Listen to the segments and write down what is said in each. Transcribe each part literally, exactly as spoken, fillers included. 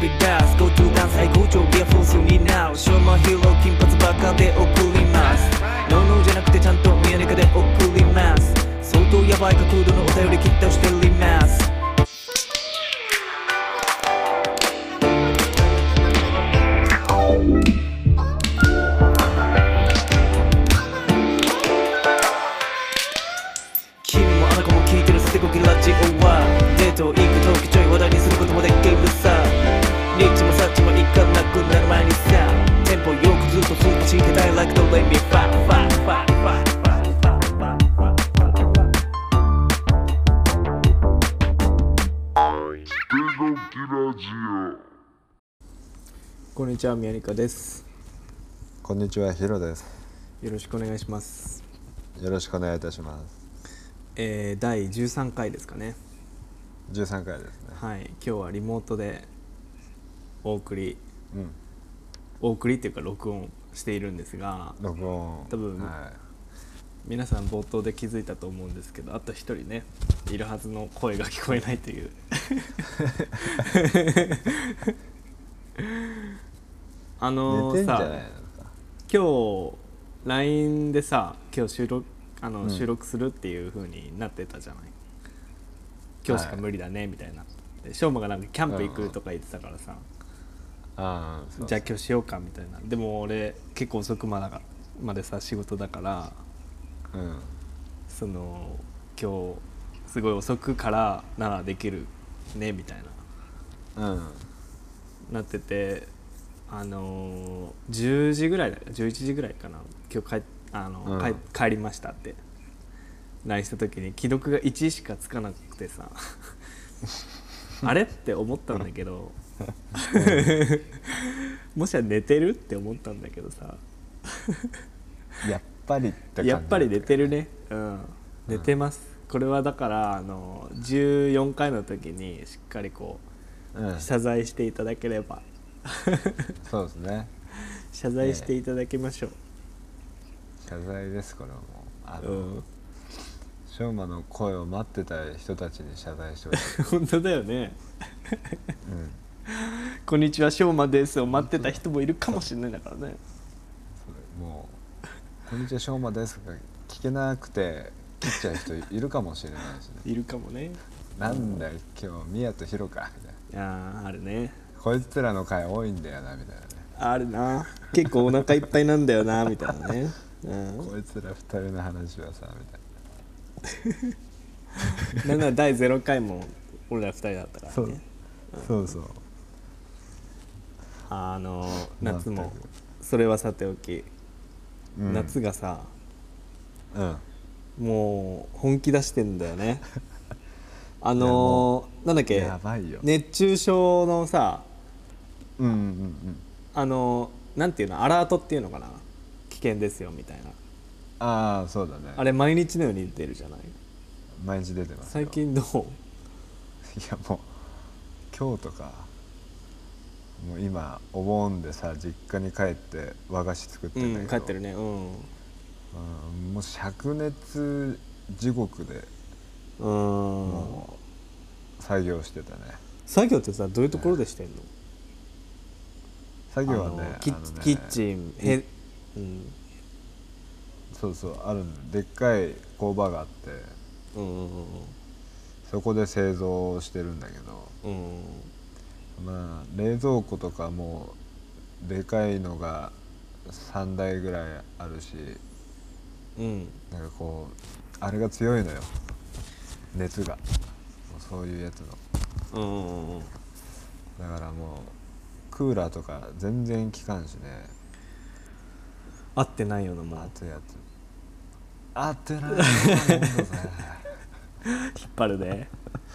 び出す Go to ダン最高潮ギアフォースに Now ショーマンヒーロー金髪バカで送ります。ノーノーじゃなくてちゃんとミヤネカで送ります。相当ヤバい角度のお便りきっとしております。君もあの子も聞いてる捨てこきラジオはデート行く時ちょい話題にすることもできるさ。リッチもサッチもいかなくなる前にさテンポよくずっとスーパーしてたい Like the let me fight fight fight fightこんにちは、宮ニカです。 こんにちは、ヒロです。 よろしくお願いします。 よろしくお願いいたします。 えー、だいじゅうさんかいですかね。 じゅうさんかいですね。 はい、今日はリモートでお送り、 うん、 お送りっていうか録音しているんですが、 録音多分、はい、皆さん冒頭で気づいたと思うんですけど、あと一人ねいるはずの声が聞こえないというあのー、さ今日 ライン でさ今日収録あの、うん、収録するっていう風になってたじゃない。今日しか無理だねみたいな、はい、でしょうまがなんかキャンプ行くとか言ってたからさ、 ああじゃあ今日しようかみたいな。でも俺結構遅くまでまでさ仕事だから、 うん、 その今日すごい遅くからならできるねみたいな、うん、なってて、あのー、じゅうじぐらいだじゅういちじぐらいかな今日帰あの、うん、帰, 帰りましたって ライン した時に既読がいちしかつかなくてさあれって思ったんだけどもしや寝てるって思ったんだけどさやっぱりって感じ、 やっぱり寝てるね、うん、寝てます、うん、これはだからあのじゅうよんかいの時にしっかりこう、うん、謝罪していただければそうですね謝罪していただきましょう、 えー、謝罪です。これはもうあの、 うん、 しょうまの声を待ってた人たちに謝罪してほしい本当だよね、うん、こんにちはしょうまですを待ってた人もいるかもしれないんだからね。 もうこんにちはしょうまですが聞けなくて切っちゃう人いるかもしれないしねいるかもね。 なんだよ今日ミヤとヒロかみたいな。ああるね。 こいつらの回多いんだよなみたいなね。 あるな。結構お腹いっぱいなんだよなみたいなね、うん、 こいつらふたりの話はさみたいななんならだいゼロかいも俺らふたりだったからね。 そう、うん、そうそう。 あの夏もそれはさておき、うん、夏がさ、うん、もう本気出してんだよねあのー、なんだっけやばいよ熱中症のさ、 うんうんうん、 あのー、なんていうのアラートっていうのかな、危険ですよみたいな。 ああそうだね。 あれ毎日のように出るじゃない。 毎日出てますよ。 最近どう？いやもう今日とかもう今お盆でさ実家に帰って和菓子作ってんだけど、うん、 帰ってるね、うん、うん、 もう灼熱地獄でうんもう作業してたね。 作業ってさどういうところでしてんの？ね、 作業はねキッ、 あのねキッチンへ、うん、 そうそうあるでっかい工場があって、うんうんうん、そこで製造してるんだけど、うん、まあ冷蔵庫とかもでかいのがさんだいぐらいあるし、うん、なんかこうあれが強いのよ熱が、そういうやつの、うんうんうん、だからもうクーラーとか全然効かんしね。 合ってないようなもん。 熱いやつ合ってないよ引っ張るね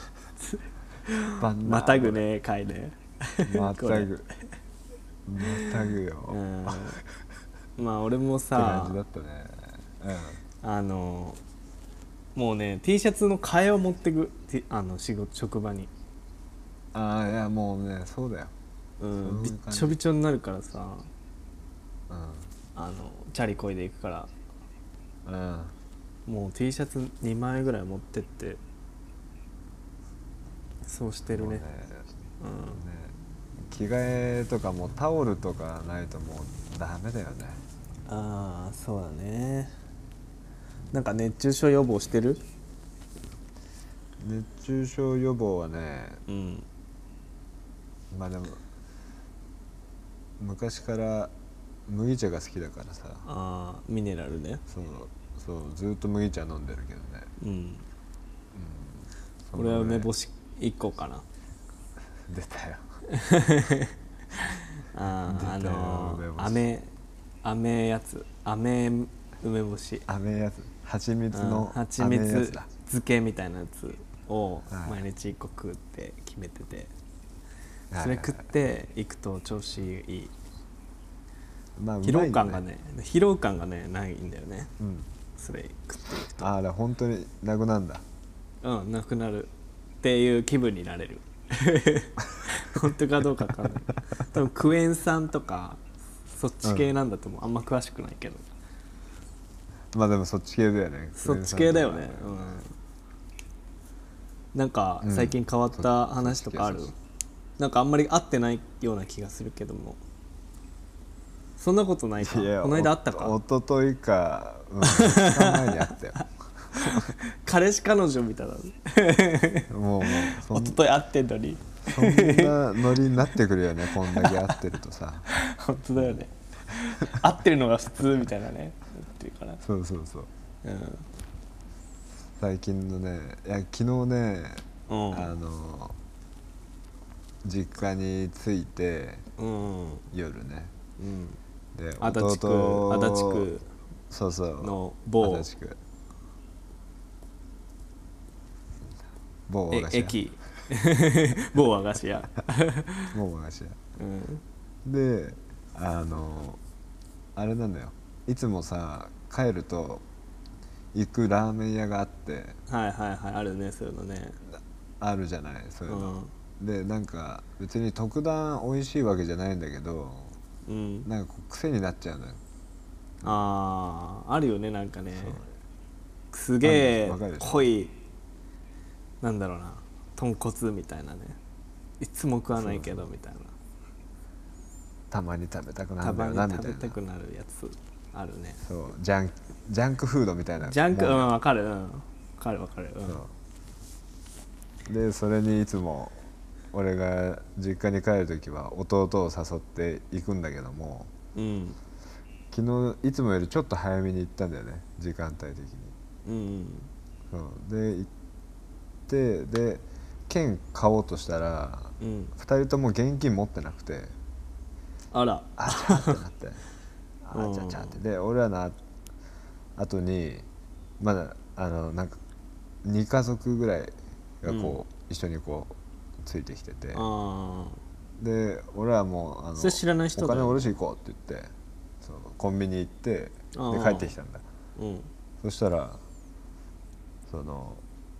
またぐね回ねまたぐまたぐよ、 うん、まあ俺もさって感じだったね、 うん、あのもうね T シャツの替えを持ってくあの仕事職場に。 ああいやもうねそうだよ、 うん、びっちょびちょになるからさ、うん、あのチャリこいでいくから、うん、もう T シャツにまいぐらい持ってってそうしてるね。 ね、うん、ね着替えとかもタオルとかないともうダメだよね。 ああそうだね。なんか熱中症予防してる？ 熱中症予防はね、 うん、 まあでも昔から麦茶が好きだからさ。 ああミネラルね。 そうそうずっと麦茶飲んでるけどね。 うん、 うん、 俺は梅干しいっこかな。 出たよあああの梅干し飴飴やつ飴梅干し飴やつ蜂蜜の蜂蜜漬けみたいなやつを毎日いっこ食うって決めてて、はい、それ食っていくと調子いい。まあうまいよね、疲労感がね疲労感がねないんだよね、うん、それ食っていくと。 ああ本当になくなんだ。 うんなくなるっていう気分になれる本当かどうか分かんない多分クエン酸とかそっち系なんだと思う、うん、あんま詳しくないけど。 まあでもそっち系だよね。 そっち系だよね、うん、なんか最近変わった話とかある？うん、なんかあんまり合ってないような気がするけども。そんなことないか。 いやこの間あったか。 おとといか、うん、ふつかまえにあったよ彼氏彼女みたいなもうもうおととい会ってんのにそんなノリになってくるよねこんだけ会ってるとさ本当だよね会ってるのが普通みたいなねっていうかな。 そうそうそう、 うん、 最近のねいや昨日ね、うん、あの実家に着いて、うん、夜ね、うん、で足立区足立区そうそうの某足立区某和菓子屋駅某和菓子屋某和菓子屋、うん、であのあれなんだよいつもさ帰ると行くラーメン屋があってはいはいはいあるねそういうのねあるじゃないそういうの、うん、でなんか別に特段美味しいわけじゃないんだけど、うん、なんかこう癖になっちゃうのよ。 あああるよねなんかねすげえ濃いなんだろうな豚骨みたいなねいつも食わないけどみたいなたまに食べたくなるんだよなみたいなたまに食べたくなるやつあるね。 そうジャンジャンクフードみたいなジャンクうん分かるうん分かる分かる、 うん、でそれにいつも俺が実家に帰る時は弟を誘って行くんだけども、うん、昨日いつもよりちょっと早めに行ったんだよね時間帯的に、うん、そうで行ってで券買おうとしたら、うん、ふたりとも現金持ってなくてあらあちゃってなってあちゃちゃってで俺らの後にまだあのなんかに家族ぐらいがこう、うん、一緒にこうついてきててで俺はもうあのそれ知らない人お金下ろし行こうって言ってそのコンビニ行ってで帰ってきたんだ、うん、そしたらその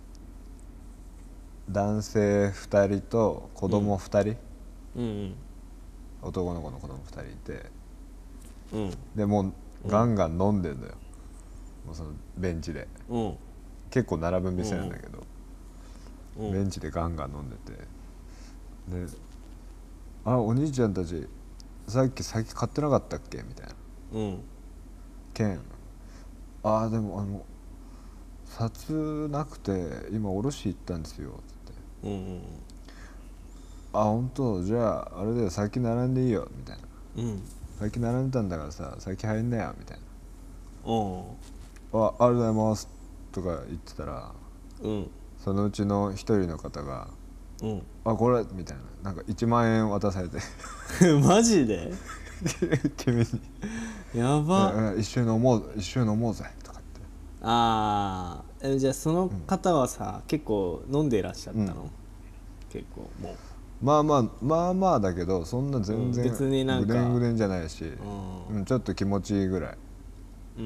男性ふたりと子供ふたり、うんうんうん、男の子の子供ふたりいて、うん、でもうガンガン飲んでんだよ、うん、もうそのベンチで、うん、結構並ぶ店なんだけど、うん、ベンチでガンガン飲んでてであお兄ちゃんたちさっき先買ってなかったっけみたいな、うん、券ああでもあの札なくて今おろし行ったんですよって言って、うんうん、あ本当じゃああれだよ先並んでいいよみたいな、うん、先並んでたんだからさ先入んなよみたいな、おあありがとうございますとか言ってたら、うん、そのうちの一人の方が、うん、あこれみたいななんかいちまん円渡されてマジで君にやば一緒に飲もう一緒に飲もうぜとかってああじゃあその方はさ、うん、結構飲んでいらっしゃったの、うん、結構もうまあまあまあまあだけどそんな全然、うん、別になんかぐでんぐでんじゃないし、うんうん、ちょっと気持ちいいぐらい、うん、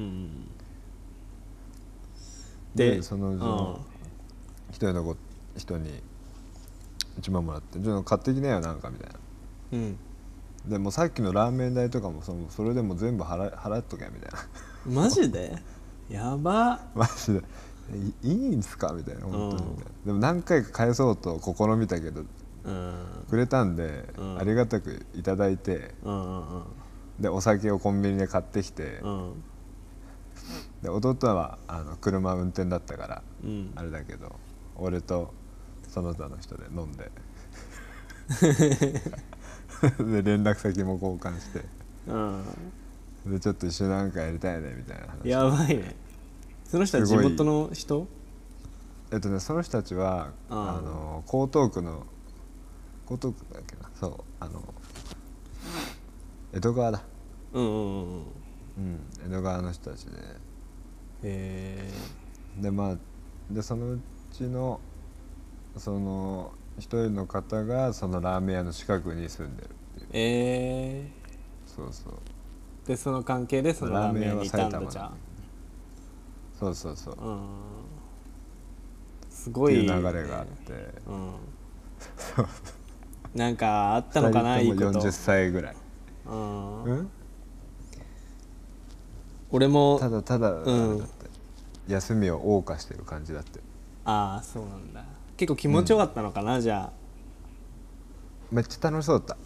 で, でそのうちの一人の子人にいちまんもらって「ちょっと買ってきなよなんか」みたいな、うん、でもさっきのラーメン代とかも そ, それでも全部 払, 払っとけみたいなマジでやばマジでいいんすかみたいな本当に、うん、でも何回か返そうと試みたけどくれたんで、うん、ありがたくいただいて、うんうんうん、でお酒をコンビニで買ってきて、うん、で弟はあの車運転だったから、うん、あれだけど俺とその他の人で飲んでで連絡先も交換して、うん、でちょっと一緒になんかやりたいねみたいな話。 やばいね。その人は地元の人？ えっとねその人たちはあの江東区の江東区だっけな、そうあの江戸川だ。うんうんうんうん、江戸川の人たちで、へえ。でまあでそのうちのその一人の方がそのラーメン屋の近くに住んでるっていう。えー、そうそう。 でその関係でそのラーメン屋にいたんだじゃん。 そうそうそう。うん、 すごい、ね、 っていう流れがあって、うん、 なんかあったのかな、いいこと。 よんじゅっさいぐらい。 うん、うん、俺もただただ、うん、休みを謳歌してる感じだって。 ああそうなんだ。結構気持ちよかったのかな、うん、じゃあ。 めっちゃ楽しそうだった。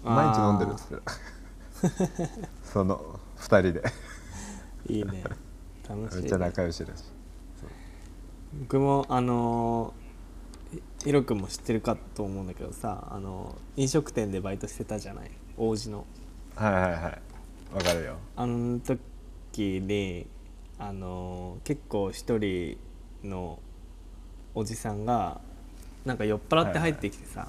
毎日飲んでるっつってたそのふたりでいいね、楽しい、ね、 めっちゃ仲良しだし。 僕もあのヒロ君も知ってるかと思うんだけどさ、あの飲食店でバイトしてたじゃない、王子の。 はいはいはい、わかるよ。 あの時にあの結構一人のおじさんがなんか酔っ払って入ってきてさ、はいはい、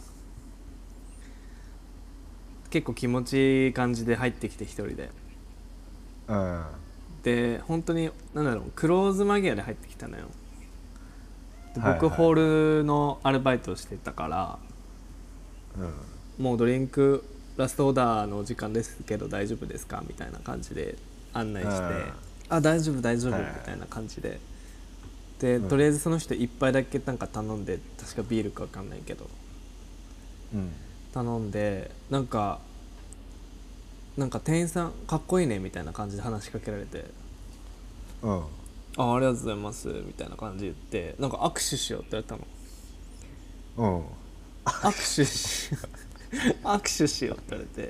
結構気持ちいい感じで入ってきて一人で、うん、で本当に何だろう、クローズ間際で入ってきたのよ。で僕、はいはい、ホールのアルバイトをしてたから、うん、もうドリンクラストオーダーのお時間ですけど大丈夫ですかみたいな感じで案内して、うん、あ大丈夫大丈夫、はい、みたいな感じで、でとりあえずその人一杯だけなんか頼んで、確かビールか分かんないけど、うん、頼んでなんかなんか店員さんかっこいいねみたいな感じで話しかけられて、うん、あ, ありがとうございますみたいな感じで言って、なんか握手しようって言われたの。うん、握手し握手しようって言われて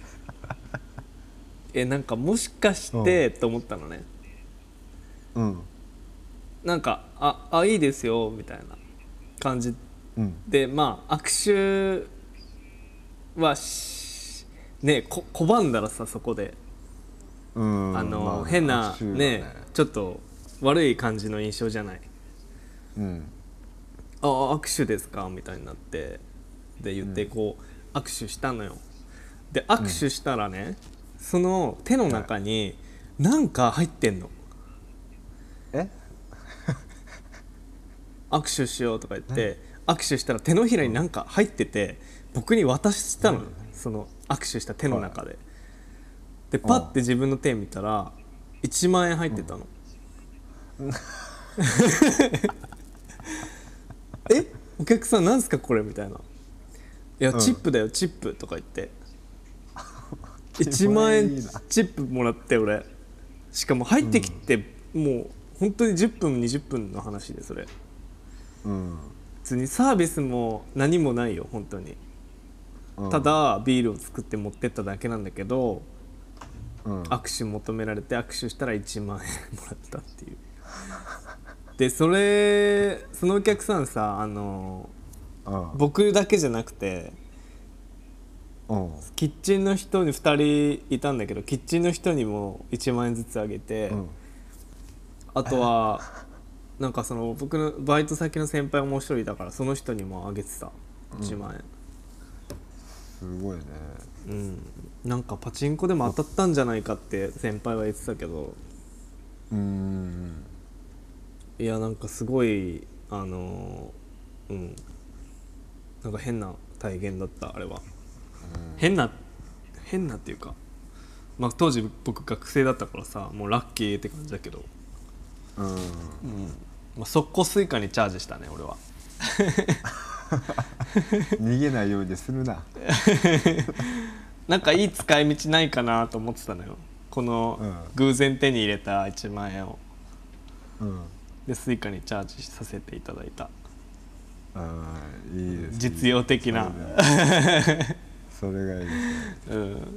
えなんかもしかしてと思ったのね。うん、なんかああいいですよみたいな感じ、うん、でまあ握手はねこ拒んだらさ、そこで、うん、あの、まあ、変な ね, ねちょっと悪い感じの印象じゃない、うん、あ握手ですかみたいになってで言ってこう、うん、握手したのよ。で握手したらね、うん、その手の中になんか入ってんの。え握手しようとか言って握手したら手のひらになんか入ってて、僕に渡したの、うん、その握手した手の中で。でパッて自分の手見たらいちまん円入ってたの、うん、えお客さんなんすかこれみたいな。いやチップだよ、うん、チップとか言っていちまん円チップもらって俺、しかも入ってきて、うん、もう本当にじゅっぷんにじゅっぷんの話でそれ、うん、別にサービスも何もないよ本当に、うん、ただビールを作って持ってっただけなんだけど、うん、握手求められて握手したらいちまんえんもらったっていうでそれそのお客さんさ、あの、うん、僕だけじゃなくて、うん、キッチンの人にふたりいたんだけど、キッチンの人にもいちまんえんずつあげて、うん、あとはなんかその僕のバイト先の先輩もう一人いたからその人にもあげてたいちまんえん、 うん、すごいね。 うん、なんかパチンコでも当たったんじゃないかって先輩は言ってたけど、うーんいやなんかすごいあのうんなんか変な体験だったあれは。変な変なっていうか、まあ当時僕学生だったからさ、もうラッキーって感じだけど、うん、うんまあ、速攻スイカにチャージしたね俺は逃げないようにするななんかいい使い道ないかなと思ってたのよ、この偶然手に入れたいちまんえんを、うん、でスイカにチャージさせていただいた。 ああいいです、 実用的なそれがいいですね、 うん、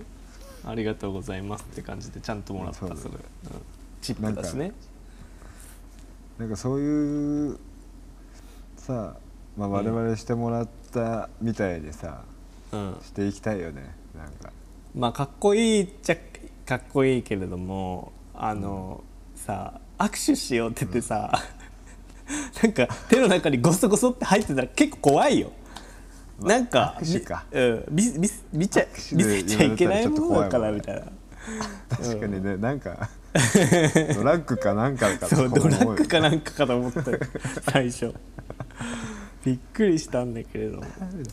ありがとうございますって感じでちゃんともらった。それ、うん、チップだしね。 なんかそういうさ、まあ、我々してもらったみたいでさ、うん、していきたいよね。なんかまあかっこいいっちゃかっこいいけれども、あの、うん、さ握手しようって言ってさ、うん、なんか手の中にゴソゴソって入ってたら結構怖いよ。なんか握手か、 うん、見, 見, 見, ちゃ見せちゃいけないものだからみたいな。 確かにね、うん、なんかドラッグかなんかかとそうドラッグかなんかかと思った最初びっくりしたんだけれども、うん、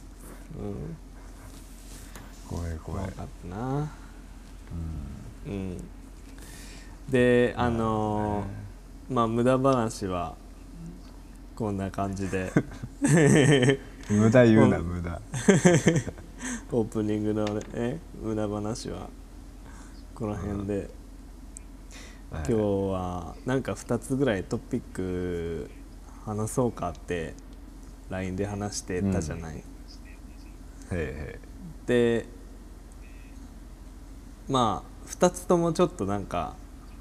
怖い怖い怖かったな、うん、うん、であのー、まあ無駄話はこんな感じで無駄言うな無駄オープニングのね無駄話はこの辺で、うん、今日はなんかふたつぐらいトピック話そうかって ライン で話してたじゃない、うん、へへでまあふたつともちょっとなんか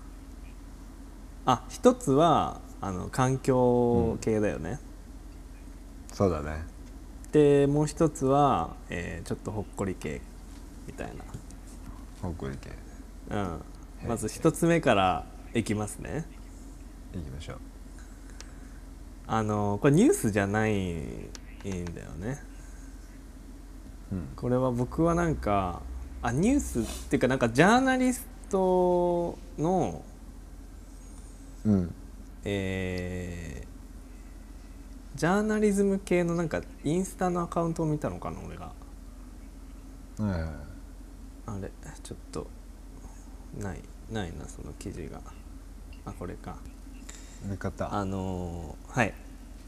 あひとつはあの環境系だよね、 うん、そうだね。 でもう一つは、えー、ちょっとほっこり系みたいな。 ほっこり系、 うん、まず一つ目からいきますね。 いきましょう。 あのこれニュースじゃないんだよね、うん、これは僕はなんかあニュースっていうかなんかジャーナリストの、うんえー、ジャーナリズム系のなんかインスタのアカウントを見たのかな俺が、はいはい、あれちょっとないないなその記事が。あこれか見方あのー、はい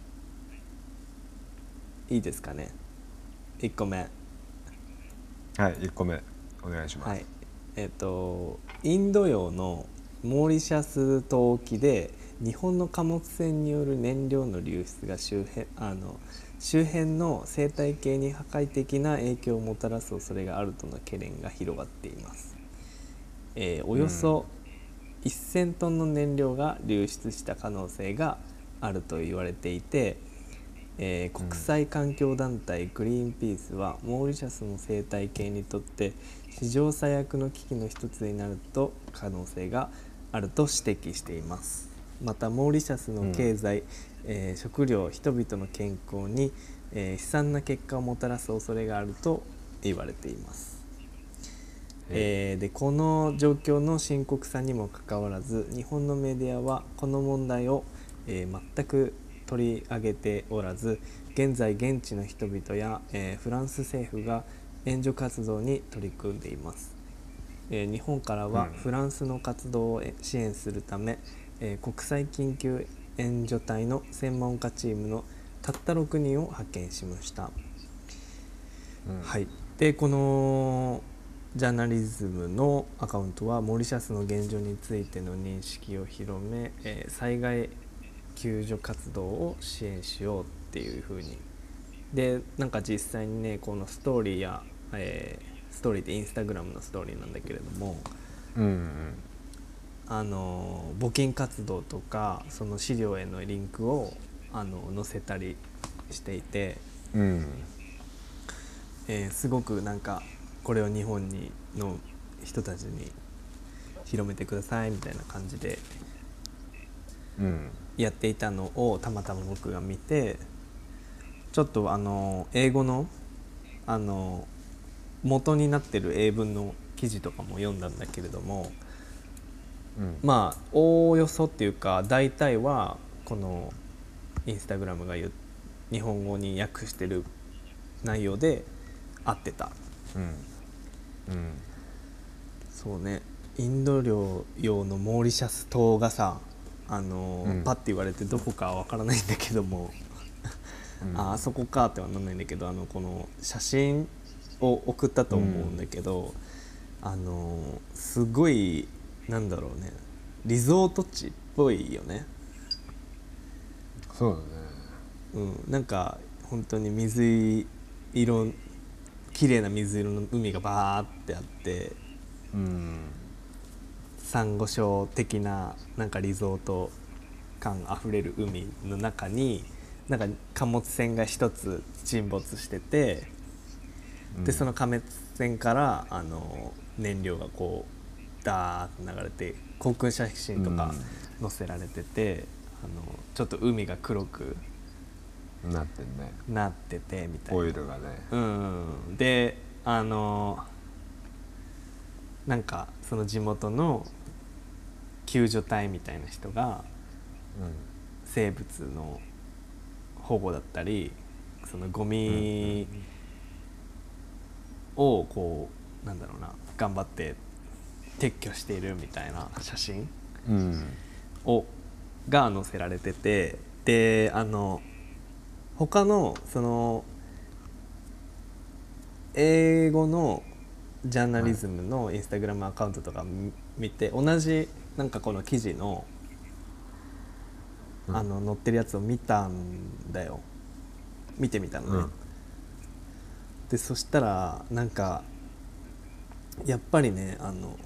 いいですかね。いっこめはいいっこめお願いします。はい、 えっとインド洋のモーリシャス島沖で日本の貨物船による燃料の流出が周辺あの周辺の生態系に破壊的な影響をもたらす恐れがあるとの懸念が広がっています。えー、およそせんトンの燃料が流出した可能性があると言われていて、えー、国際環境団体グリーンピースはモーリシャスの生態系にとって史上最悪の危機の一つになると可能性があると指摘しています。またモーリシャスの経済、うんえー、食料人々の健康に、えー、悲惨な結果をもたらす恐れがあると言われています。えー、でこの状況の深刻さにもかかわらず日本のメディアはこの問題を、えー、全く取り上げておらず現在現地の人々や、えー、フランス政府が援助活動に取り組んでいます。えー、日本からはフランスの活動を支援するため、えー、国際緊急援助隊の専門家チームのたったろくにんを派遣しました。うん、はい、でこのジャーナリズムのアカウントはモーリシャスの現状についての認識を広め、えー、災害救助活動を支援しようっていう風にでなんか実際にねこのストーリーや、えー、ストーリーってインスタグラムのストーリーなんだけれども、うんうん、あの募金活動とかその資料へのリンクをあの載せたりしていて、うんえー、すごくなんかこれを日本にの人たちに広めてくださいみたいな感じでやっていたのをたまたま僕が見てちょっとあの英語のあの元になってる英文の記事とかも読んだんだけれども、うん、まあおおよそっていうか大体はこのインスタグラムが言う日本語に訳してる内容で合ってた。うんうん、そうねインド洋のモーリシャス島がさあの、うん、パッて言われてどこかは分からないんだけども、うん、あ, あそこかってはなんないんだけどあのこの写真を送ったと思うんだけど、うん、あのすごいなんだろうねリゾート地っぽいよね。 そうだね、 うん、なんか本当に水色綺麗な水色の海がバーってあって、うん、サンゴ礁的ななんかリゾート感あふれる海の中になんか貨物船が一つ沈没してて、うん、でその貨物船からあの燃料がこうダーッと流れて航空写真とか載せられてて、うん、あのちょっと海が黒くなってんねなっててみたいなオイルがね、 うん、であのなんかその地元の救助隊みたいな人が、うん、生物の保護だったりそのゴミをこうなんだろうな頑張って撤去しているみたいな写真を、うん、が載せられてて、であの他のその英語のジャーナリズムのインスタグラムアカウントとか見て同じなんかこの記事のあの載ってるやつを見たんだよ見てみたのね、うん、でそしたらなんかやっぱりねあの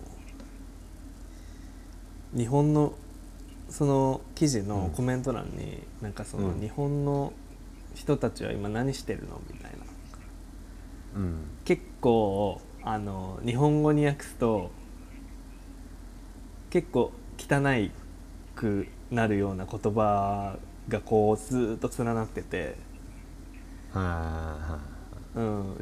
日本のその記事のコメント欄に、うん、なんかその日本の人たちは今何してるのみたいな、うん、結構あの日本語に訳すと結構汚くなるような言葉がこうずっと連なってて、はあ、うん、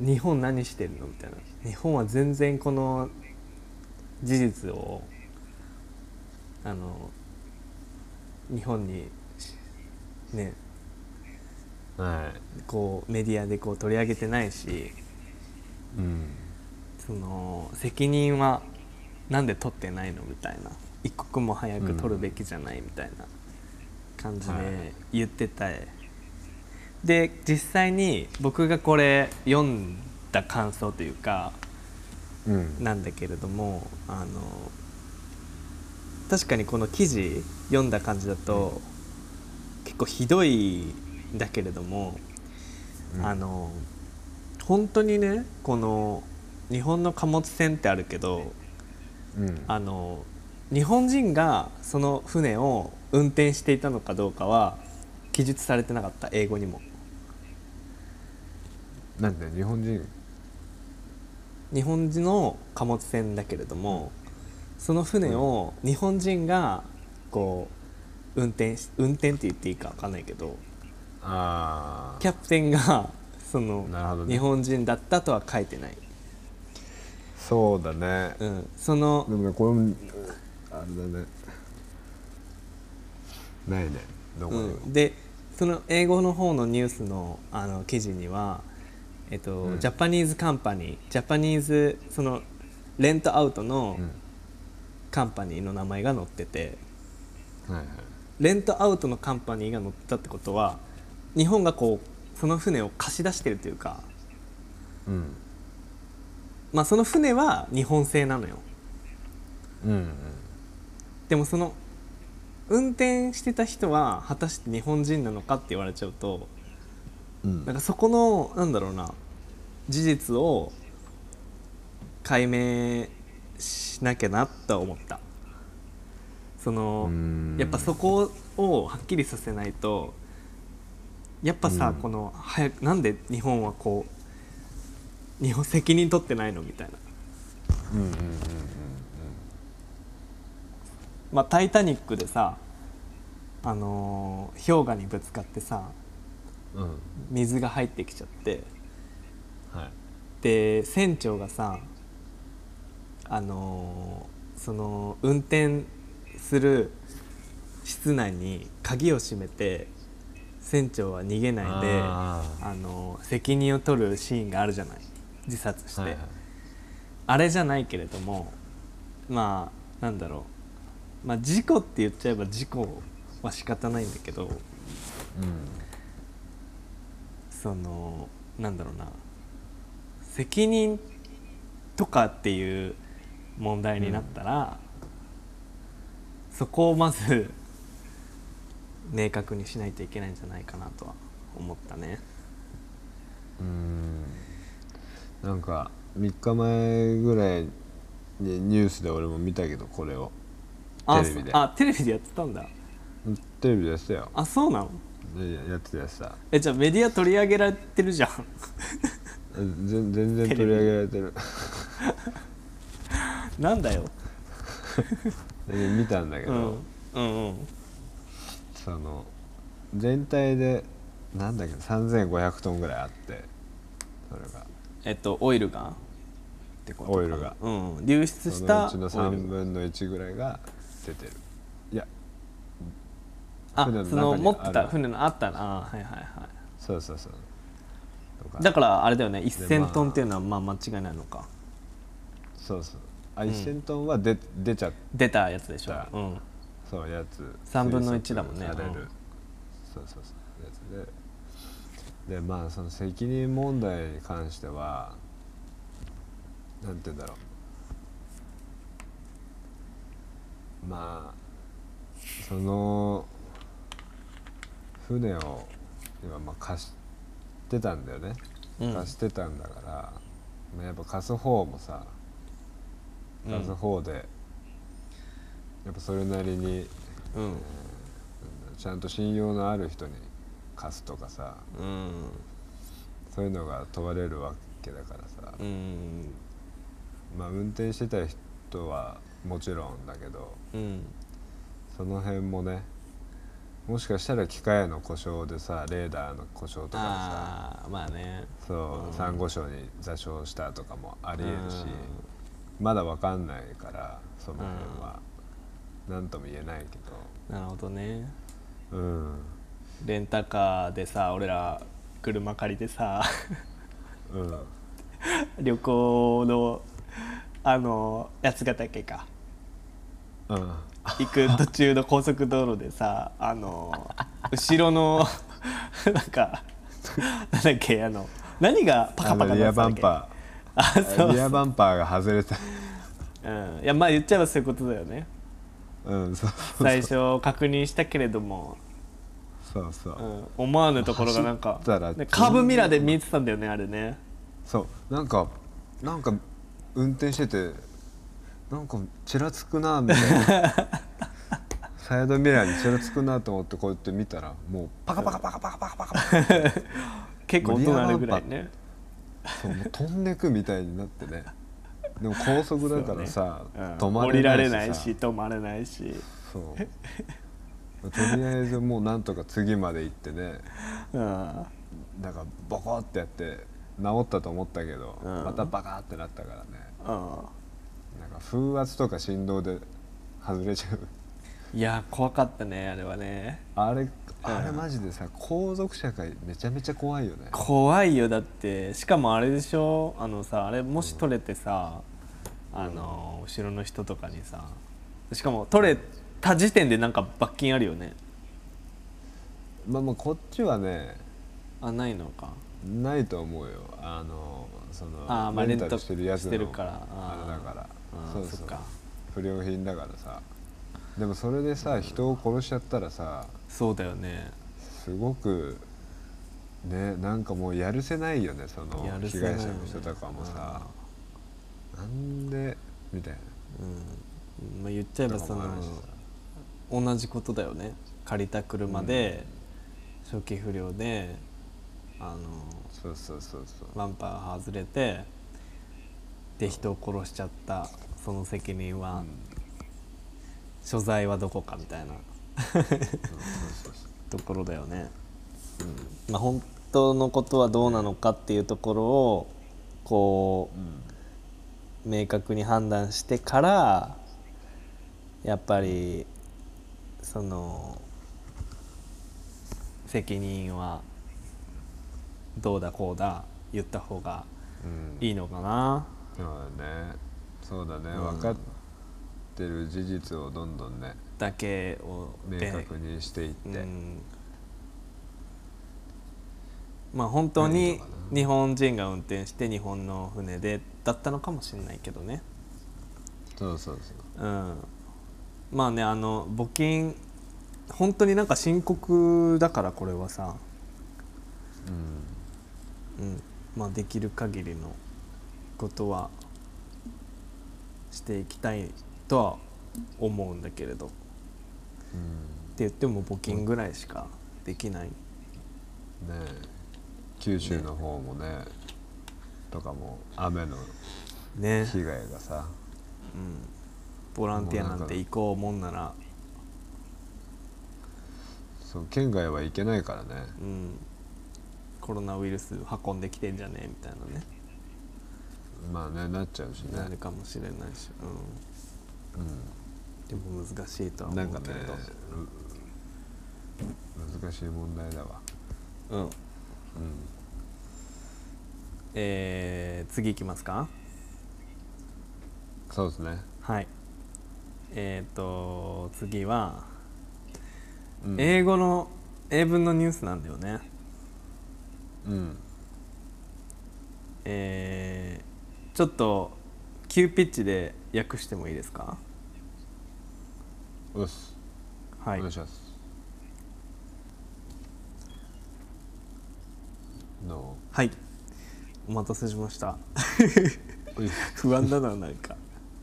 日本何してるのみたいな、日本は全然この事実をあの日本にね、はい、こうメディアでこう取り上げてないし、うん、その責任はなんで取ってないのみたいな、一刻も早く取るべきじゃないみたいな感じで言ってた、はい、で実際に僕がこれ読んだ感想というか、うん、なんだけれどもあの確かにこの記事読んだ感じだと、うん、結構ひどいんだけれども、うん、あの本当にねこの日本の貨物船ってあるけど、うん、あの日本人がその船を運転していたのかどうかは記述されてなかった、英語にも。 なんで日本人日本人の貨物船だけれども、うん、その船を日本人がこう運転し運転って言っていいか分かんないけど、あキャプテンがその、ね、日本人だったとは書いてない。 そうだね、うん、 そのでもねこれもあれだねないねどこにも、 うん、でその英語の方のニュース の, あの記事には、えっとうん、ジャパニーズカンパニージャパニーズそのレントアウトのカンパニーの名前が載ってて、うんはいはい、レントアウトのカンパニーが載ってたってことは日本がこうその船を貸し出してるというか、うんまあ、その船は日本製なのよ、うんうん、でもその運転してた人は果たして日本人なのかって言われちゃうと、うん、なんかそこのなんだろうな事実を解明しなきゃなと思った。そのやっぱそこをはっきりさせないとやっぱさ、うん、この早くなんで日本はこう日本責任取ってないのみたいな、うんうんうんうんうん、まあタイタニックでさあのー、氷河にぶつかってさ、うん、水が入ってきちゃって、はい、で船長がさあのー、その運転する室内に鍵を閉めて船長は逃げないであ、あのー、責任を取るシーンがあるじゃない、自殺して、はいはい、あれじゃないけれどもまあなんだろう、まあ、事故って言っちゃえば事故は仕方ないんだけど、うん、そのなんだろうな責任とかっていう問題になったら、うん、そこをまず明確にしないといけないんじゃないかなとは思ったね。 うんなんかみっかまえぐらいにニュースで俺も見たけど、これをテレビで。 あテレビでやってたんだ。 テレビでやってたよ。 あそうなの。 やってたやつさ。 えじゃあメディア取り上げられてるじゃん全然取り上げられてるなんだよ見たんだけど、うん、うんうんその全体でなんだっけさんぜんごひゃくトンぐらいあって、それがえっとオイルがってことか。 オイルが、 うん、流出したそのうちのさんぶんのいちぐらいが出てる。いやあその持ってた船のあったな。あはいはいはい。 そうそうそう。 だからあれだよね、せんトンっていうのはまあ間違いないのか。 そうそう。あ、せんトンは出出ちゃった出たやつでしょ。うん。 そうやつ。 さんぶんのいちだもんね。 される、うん、そうそうそうやつで、でまあその責任問題に関してはなんて言うんだろう。まあその船を今まあ貸してたんだよね、うん、貸してたんだから、まあ、やっぱ貸す方もさ貸す方で、うん、やっぱそれなりに、うんえー、ちゃんと信用のある人に貸すとかさ、うん、そういうのが問われるわけだからさ、うん、まあ運転してた人はもちろんだけど、うん、その辺もねもしかしたら機械の故障でさレーダーの故障とかでさあまあねそう、うん、サンゴ礁に座礁したとかもありえるし、うん、まだ分かんないからその辺は何とも言えないけど。なるほどね。 うんレンタカーでさ俺ら車借りてさ、うん、旅行のあの八ヶ岳か、うん、行く途中の高速道路でさあの後ろのなんかなんだっけあの何がパカパカリアバンパーあそうそうリアバンパーが外れたうん、いやまあ言っちゃえばそういうことだよね。 うんそうそうそう最初確認したけれどもそうそう、うん、 思わぬところがなんかカーブミラーで見えてたんだよねあれね。 そうなんかなんか運転しててなんかちらつくなみたいなサイドミラーにちらつくなと思ってこうやって見たらもうパカパカパカパカパカパカ結構音鳴るぐらいね。 そうもう飛んでくみたいになってね。でも高速だからさ、ねうん、 止まれないし降りられないし止まれないしそうとりあえずもうなんとか次まで行ってね、うん、なんかボコってやって治ったと思ったけど、うん、またバカってなったからね、うん、なんか風圧とか振動で外れちゃう。 いや怖かったねあれはね。 あれあれマジでさ後続車がめちゃめちゃ怖いよね。 怖いよ。だってしかもあれでしょあのさあれもし取れてさ、うん、あの後ろの人とかにさしかも取れた時点でなんか罰金あるよね。 まあまあこっちはねあないのかないと思うよ。あのそのあ、まあ、 レンタルしてるやつのしてるからあれだからそうそうか不良品だからさ。でもそれでさ、うん、人を殺しちゃったらさそうだよねすごくねなんかもうやるせないよねその被害者の人とかもさ、なんでみたいな、 うんまあ、言っちゃえばその同じことだよね。借りた車で、うん、初期不良であのそうそうそうそうバンパーが外れてで人を殺しちゃったその責任は、うん所在はどこかみたいなところだよね、うんまあ、本当のことはどうなのかっていうところをこう、うん、明確に判断してからやっぱりその責任はどうだこうだ言った方がいいのかな、 うん、そうだねそうだね、うん、分かってる事実をどんどんねだけを明確にしていって、うん、 まあ本当に日本人が運転して日本の船でだったのかもしれないけどね。 そうそうそう、うん、 まあねあの募金本当になんか深刻だからこれはさ、うんうん、 まあ、できる限りのことはしていきたいとは思うんだけれど、うん、って言っても募金ぐらいしかできない、ね、 え九州の方もね、ねとかも雨の被害がさ、ね、 うん、ボランティアなんて行こうもんならそう県外は行けないからね、 うん、コロナウイルス運んできてんじゃねえみたいなね、 まあねなっちゃうしね、 なるかもしれないし、うんうん、でも難しいとは思うけど、なんかね難しい問題だわ。 うん、うん、えー、次いきますか。 そうですね。 はい。えっと次は、うん、英語の英文のニュースなんだよね。 うん。 えー、ちょっと急ピッチで訳してもいいですか。 よし。はい。お願いします。No. はい。お待たせしました。不安だな、なんか。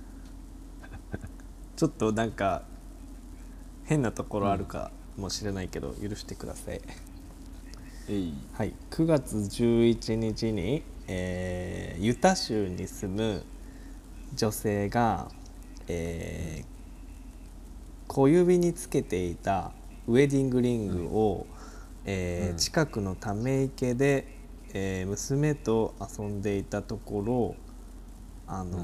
ちょっとなんか変なところあるかもしれないけど、うん、許してください。 えい。 はい、くがつじゅういちにちに、えー、ユタ州に住む女性が、えー、小指につけていたウェディングリングを、うんえーうん、近くのため池で、えー、娘と遊んでいたところ、あのーうん、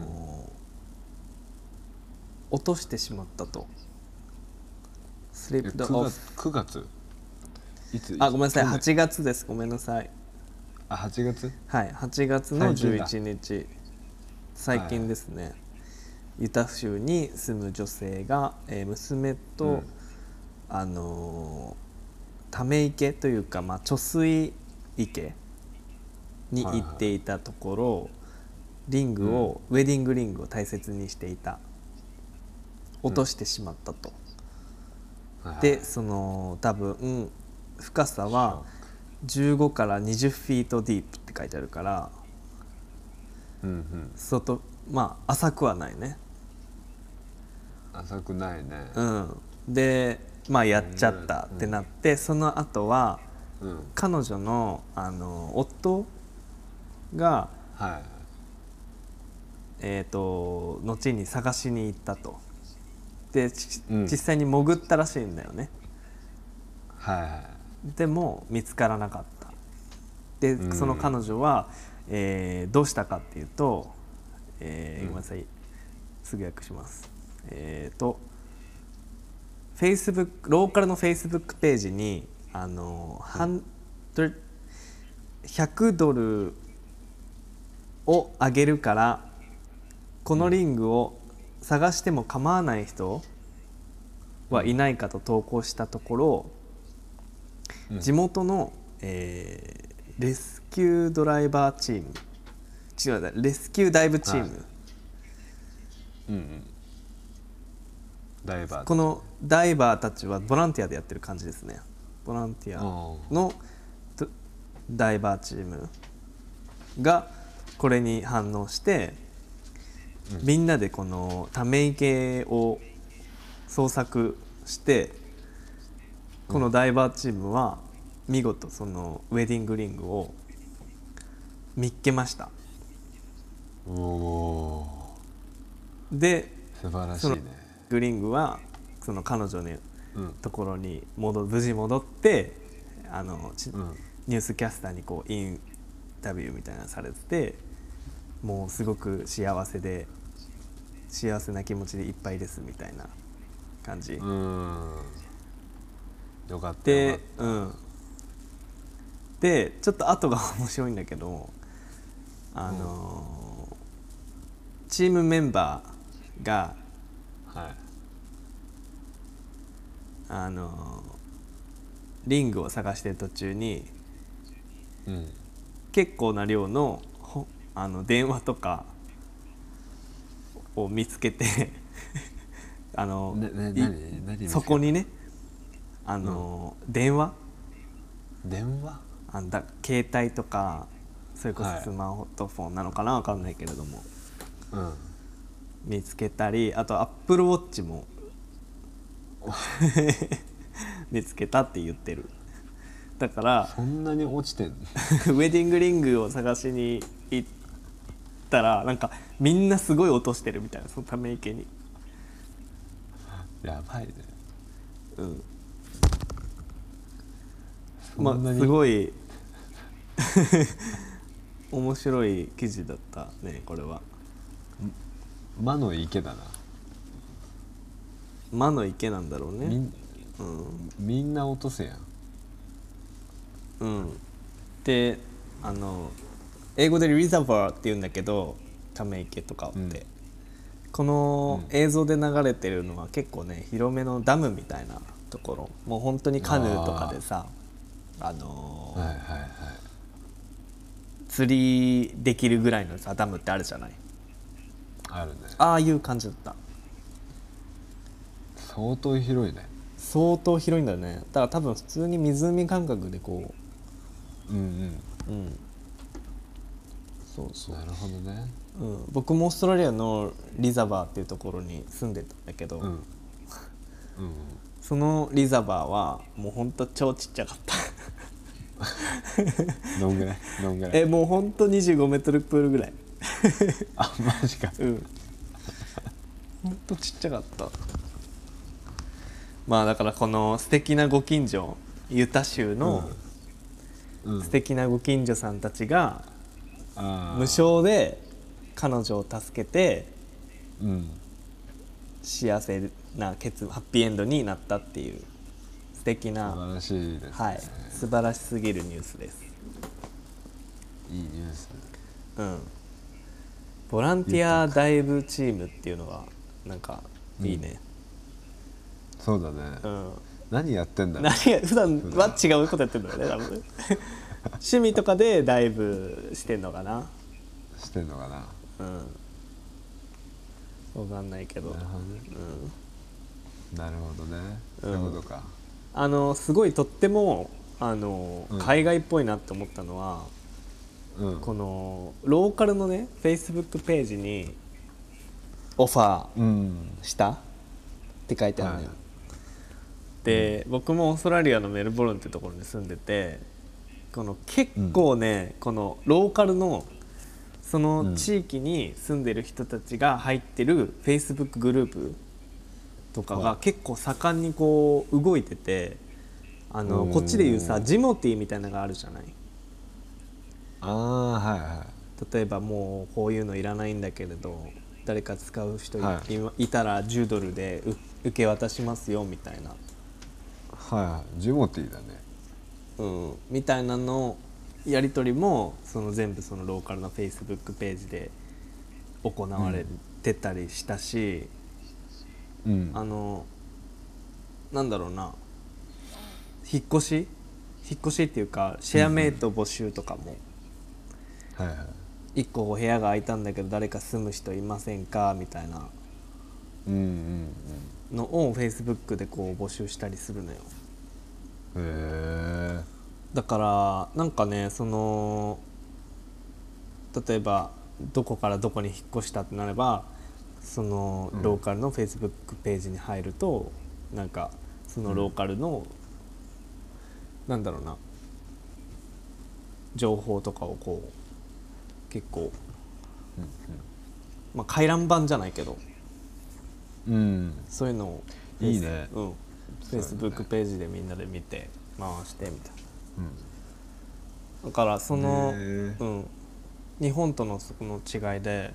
落としてしまったと。 スリップオフ。くがついつあ、ごめんなさい、はちがつです。ごめんなさい。 あ、はちがつ？ はい、はちがつのじゅういちにち、最近ですね。はい、ユタ州に住む女性が、えー、娘と、うん、あのー、ため池というか、まあ、貯水池に行っていたところ、はいはい、リングを、うん、ウェディングリングを大切にしていた。落としてしまったと。うん、で、その多分深さはじゅうごからにじゅうフィートディープって書いてあるから、うんうん、外まあ浅くはないね。 浅くないね。 うん、でまあやっちゃったってなって、うん、その後は、うん、彼女のあの夫が、はい、えーと後に探しに行ったと。で、うん、実際に潜ったらしいんだよね。はいはい、でも見つからなかった。で、うん、その彼女は、えー、どうしたかっていうと、えーうん、ごめんなさい、すぐ訳します。えーと Facebook ローカルの Facebook ページにあの、うん、ひゃくドルをあげるからこのリングを探しても構わない人はいないかと投稿したところ、うん、地元の、えー、レスキュードライバーチーム違うレスキューダイブチーム、はい、うんうん、ダイバーこのダイバーたちはボランティアでやってる感じですね。ボランティアのダイバーチームがこれに反応して、うん、みんなでこのため池を捜索して、このダイバーチームは見事そのウェディングリングを見っけました。おで素晴らしいね。 グリングはその彼女のところに戻、うん、無事戻ってあの、うん、ニュースキャスターにこうインタビューみたいなのされてて、もうすごく幸せで幸せな気持ちでいっぱいですみたいな感じ。うん、 よかった。 で、うん、でちょっと後が面白いんだけど、あのーうん、チームメンバーが、はい、あのー、リングを探してる途中に、うん、結構な量の、あの電話とかを見つけてあの、ねね、何何そこにね、あの、うん、電話電話あんだ携帯とかそれこそスマートフォンなのかな、分かんないけれども、 うん、 見つけたり、あとアップルウォッチも見つけたって言ってる。だからそんなに落ちてんのウェディングリングを探しに行ったらなんかみんなすごい落としてるみたいな、そのため池に。 やばいね。 うんまあすごい面白い記事だったねこれは。 魔の池だな。 魔の池なんだろうね。 みん、うん、みんな落とせやん。 うん、であの英語でリザバーって言うんだけどため池とかって、うん、この映像で流れてるのは結構ね広めのダムみたいなところ、もう本当にカヌーとかでさあのーはいはいはい、釣りできるぐらいのさダムってあるじゃない。 あるね。 ああいう感じだった。 相当広いね。 相当広いんだよね。だから多分普通に湖感覚でこううんうんうんそうそうなるほどね、 うん、僕もオーストラリアのリザバーっていうところに住んでたんだけど、うんうん、そのリザバーはもうほんと超ちっちゃかったどんぐらいどんぐらいえもうほんとにじゅうごメートルプールぐらいあマジか。 うんほんとちっちゃかった。まあだからこの素敵なご近所ユタ州の素敵なご近所さんたちが無償で彼女を助けて幸せな結ハッピーエンドになったっていう素敵な素晴らしいですね、 はい、素晴らしすぎるニュースです。 いいニュース。 うんボランティアダイブチームっていうのがなんかいいね、 うん、そうだね、うん、何やってんだろう。 何普段は違うことやってんだよね多分趣味とかでダイブしてんのかなしてんのかな。 うん分かんないけど。なるほどね、 うん、なるほどね、そういうことか。 あのすごいとってもあの、うん、海外っぽいなって思ったのは、うん、このローカルのね Facebook ページにオファーした、うん、って書いてあるのよ、はい、で、うん、僕もオーストラリアのメルボルンってところに住んでてこの結構ね、うん、このローカルのその地域に住んでる人たちが入ってる Facebook グループとかが結構盛んにこう動いてて、あのこっちでいうさジモティーみたいなのがあるじゃない。 あはいはい、 例えばもうこういうのいらないんだけれど誰か使う人 い,、はい、いたらじゅうドルで受け渡しますよみたいな。 はい、ジモティーだね、 うん、みたいなのやり取りもその全部そのローカルの Facebook ページで行われてたりしたし、うん、あのなんだろうな引っ越し引っ越しっていうかシェアメイト募集とかも、うんうんはいはい、いっこ部屋が空いたんだけど誰か住む人いませんかみたいなのを Facebook でこう募集したりするのよ。 へー。 だからなんかねその例えばどこからどこに引っ越したってなればそのローカルの Facebook ページに入ると、うん、なんかそのローカルの、うん、なんだろうな情報とかをこう結構、うんうんまあ、回覧板じゃないけど、うん、そういうのをいいね、 うん、Facebook ページでみんなで見て回してみたいな、うん、だからその、うん、日本とのその違いで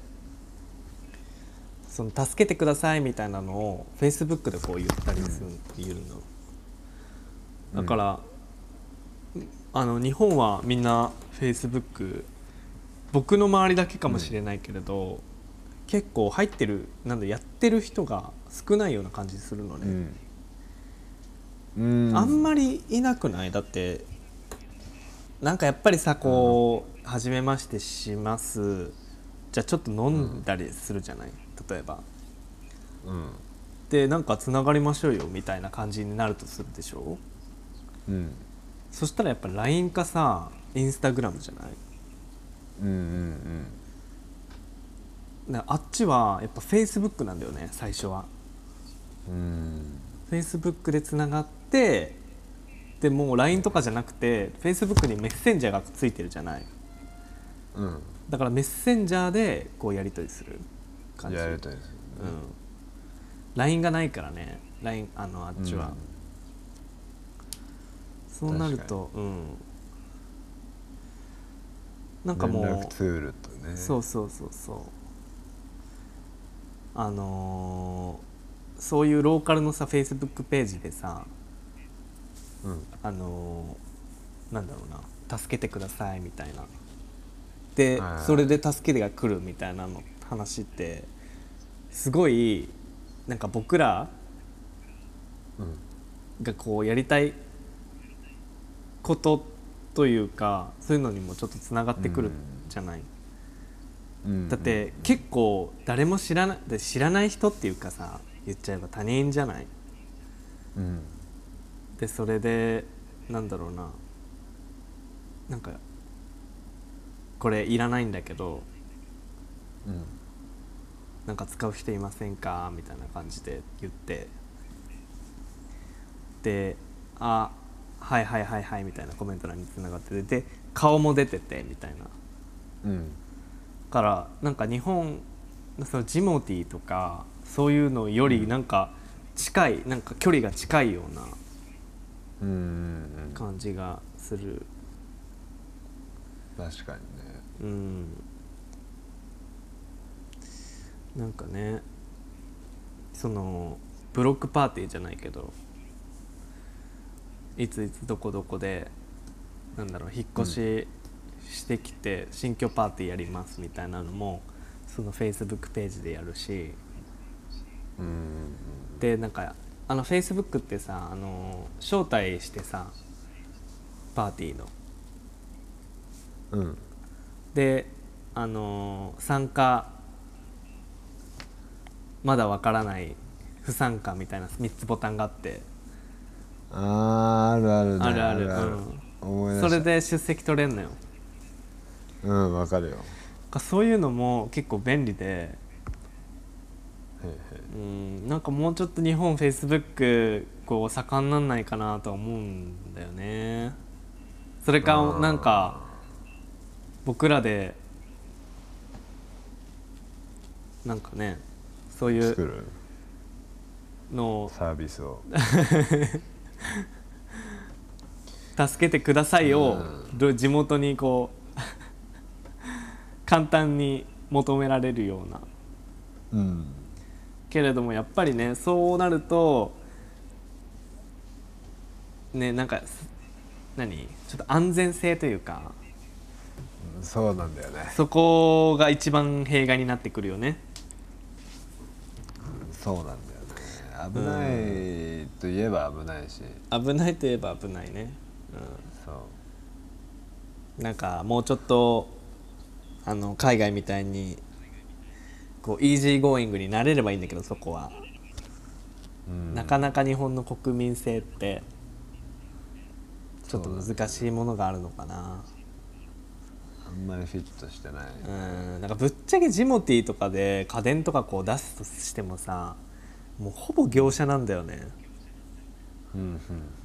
その助けてくださいみたいなのを Facebook でこう言ったりする、うん、言うのだから、うん、あの日本はみんな Facebook 僕の周りだけかもしれないけれど、うん、結構入ってるなんだやってる人が少ないような感じするのね、うん、あんまりいなくない？だってなんかやっぱりさこう、うん、初めましてしますじゃあちょっと飲んだりするじゃない、うん、例えば、うん、でなんかつながりましょうよみたいな感じになるとするでしょ、うん、そしたらやっぱ ライン かさインスタグラムじゃない？ うんうんうん、あっちはやっぱフェイスブックなんだよね最初は。 うん、 フェイスブックでつながって、でもう ライン とかじゃなくてフェイスブックにメッセンジャーがついてるじゃない、 うん、 だからメッセンジャーでこうやり取りする感じ。 やりとりする、ね、 うん、ライン がないからね ライン あのあっちは、うん、そうなると、うん、なんかもう連絡ツールとね、 そうそうそうそう、あのー、そういうローカルのさフェイスブックページでさ、 うん、 あのー、なんだろうな、助けてくださいみたいなで、それで助けが来るみたいなの話ってすごいなんか僕らがこうやりたいことというかそういうのにもちょっとつながってくるじゃない、うん、だって結構誰も知らない知らない人っていうかさ、言っちゃえば他人じゃない、うん、でそれでなんだろうな、なんかこれいらないんだけど、うん、なんか使う人いませんかみたいな感じで言って、で、あ、はいはいはいはいみたいなコメント欄につながってて、で顔も出ててみたいな、うん、からなんか日本そのジモティーとかそういうのよりなんか近い、なんか距離が近いような感じがする。 確かにね、 うん、なんかね、そのブロックパーティーじゃないけど、いついつどこどこでなんだろう引っ越ししてきて新居パーティーやりますみたいなのもそのフェイスブックページでやるし、うん、でなんかあのフェイスブックってさ、あの招待してさパーティーの、うん、であの参加まだわからない不参加みたいなみっつボタンがあって、 あーあるあるね、 あるある、ある、うん、思い出した。それで出席取れんのよ。 うんわかるよ。 そういうのも結構便利で、へへ、うん、なんかもうちょっと日本フェイスブックこう盛んなんないかなとは思うんだよね。それかなんか僕らでなんかねそういう作るのサービスを助けてくださいを地元にこう簡単に求められるような、うん、けれどもやっぱりねそうなるとね、なんか何ちょっと安全性というか、 うん、そうなんだよね。 そこが一番弊害になってくるよね。 そうなんだよね。危ないといえば危ないし、 うん、危ないといえば危ないね、うん、そうなんかもうちょっとあの海外みたいにこうイージーゴーイングになれればいいんだけど、そこは、うん、なかなか日本の国民性ってちょっと難しいものがあるのかな。 あんまりフィットしてない、ね、 うん、なんかぶっちゃけジモティーとかで家電とかこう出すとしてもさ、もうほぼ業者なんだよね。うんうん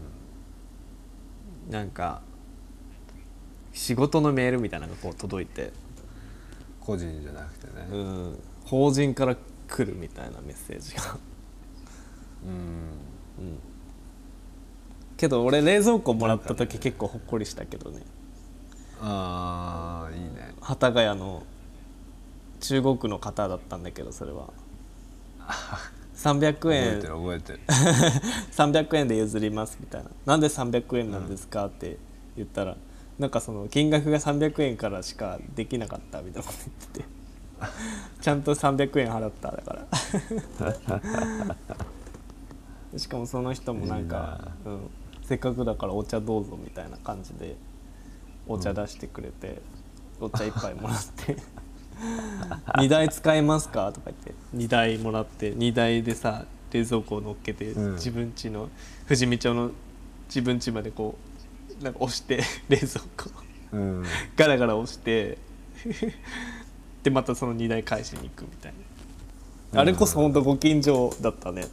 うん、なんか仕事のメールみたいなのがこう届いて、 個人じゃなくてね、 うん、法人から来るみたいなメッセージがうん、うん、けど俺冷蔵庫もらった時結構ほっこりしたけどね。 ああいいね。 幡ヶ谷の中国の方だったんだけど、それはさんびゃくえん覚えてる覚えてるさんびゃくえんで譲りますみたいな。なんでさんびゃくえんなんですかって言ったら、なんかその金額がさんびゃくえんからしかできなかったみたいなこと言っててちゃんとさんびゃくえん払っただからしかもその人もなんかいい、うん、せっかくだからお茶どうぞみたいな感じでお茶出してくれて、うん、お茶一杯もらってにだい使えますかとか言ってにだいもらって、にだいでさ冷蔵庫を乗っけて、うん、自分家の富士見町の自分家までこうなんか押して冷蔵庫、うん、ガラガラ押してでまたそのにだい返しに行くみたいな、あれこそほんとご近所だったね。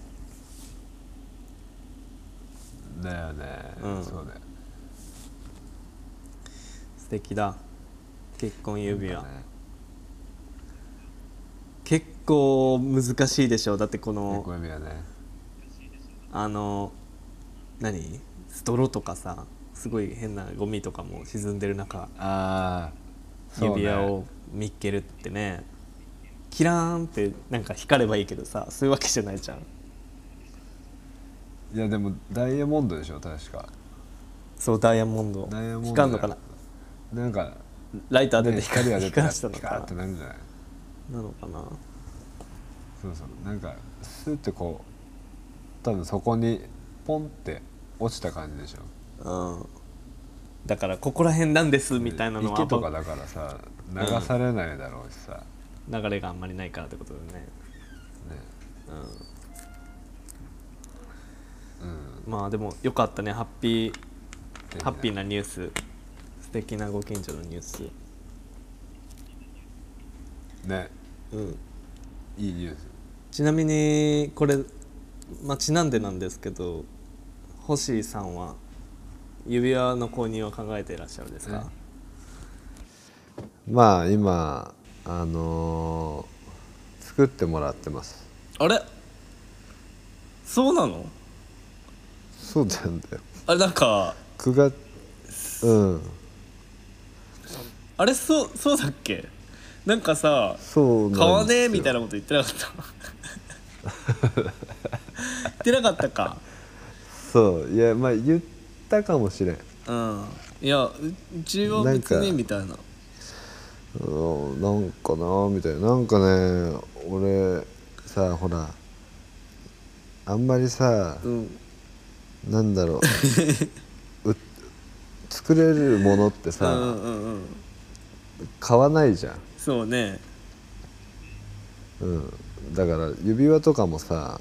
だよね、うん、そうだよ。 素敵だ結婚指輪、ね、結構難しいでしょ。だってこの結婚指輪ね、 あの何泥とかさ、すごい変なゴミとかも沈んでる中、 あー、指輪を見っけるってね、キラーンってなんか光ればいいけどさ、そういうわけじゃないじゃん。 いやでもダイヤモンドでしょ確か。 そうダイヤモンド。 ダイヤモンド光るのかな。 なんかライター出て光が出て光らしたのかな。 ってなるんじゃないなのかな。 そうそうなんかスッてこう多分そこにポンって落ちた感じでしょ。 うん。だからここら辺なんですみたいなのは池とかだからさ流されないだろうしさ、 うん、流れがあんまりないからってことだよね。ね、うん、うん、まあでもよかったね。ハッピーハッピーなニュース、素敵なご近所のニュースね。 うん、 いいニュース。 ちなみにこれ、まあ、ちなんでなんですけど、星さんは指輪の購入を考えていらっしゃるんですか？ね、 まあ今あのー、作ってもらってます。 あれそうなの？ そうなんだよ。 あれなんかくがつ、うんあれそうそうだっけ？なんかさ、 そうなんですよ。 買わねえみたいなこと言ってなかった言ってなかったか。 そういやまあ言ったかもしれん。 うん、いやうちは別にみたいな。 うんなんかなみたいな。なんかね俺さほらあんまりさ、うん、なんだろうう作れるものってさ、うんうんうん、買わないじゃん。 そうね、 うん、だから指輪とかもさ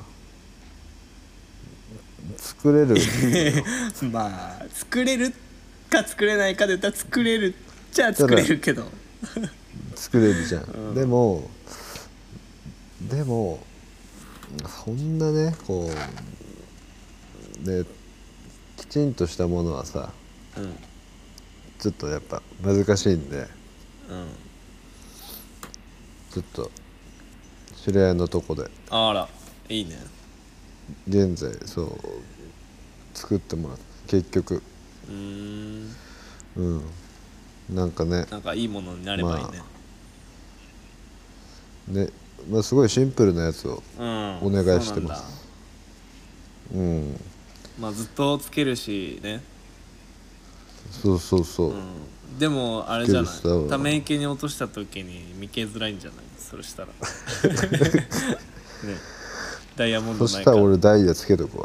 作れるまあ作れるか作れないかで言ったら作れるっちゃ作れるけど作れるじゃん、うん、でもでもそんなねこうねきちんとしたものはさ、うん、ちょっとやっぱ難しいんで、うん、ちょっと知り合いのとこであらいいね現在そう作ってもらって結局うーんうんなんかねなんかいいものになればいいね、まあ、ね、まあ、すごいシンプルなやつをお願いしてます。うん、うん、 まあずっとつけるしね。 そうそうそう、うん、 でもあれじゃない、ため池に落とした時に見けづらいんじゃないそれしたらね、ダイヤモンドないから。そしたら俺ダイヤつけとくわ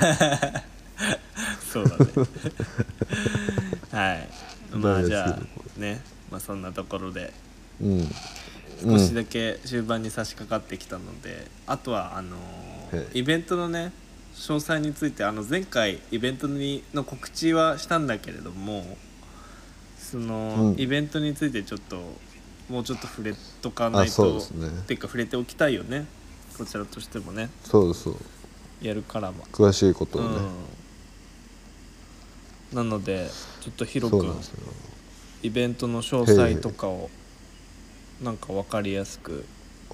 そうだねはいまあじゃあね、まあ、そんなところで、うん、少しだけ終盤に差し掛かってきたので、うん、あとはあのー、イベントのね詳細について、あの前回イベントにの告知はしたんだけれども、その、うん、イベントについてちょっともうちょっと触れとかないと、ね、っていうか触れておきたいよね、こちらとしてもね。 そうそうやるからは詳しいことをね、 うん、なのでちょっと広くイベントの詳細とかをなんか分かりやすく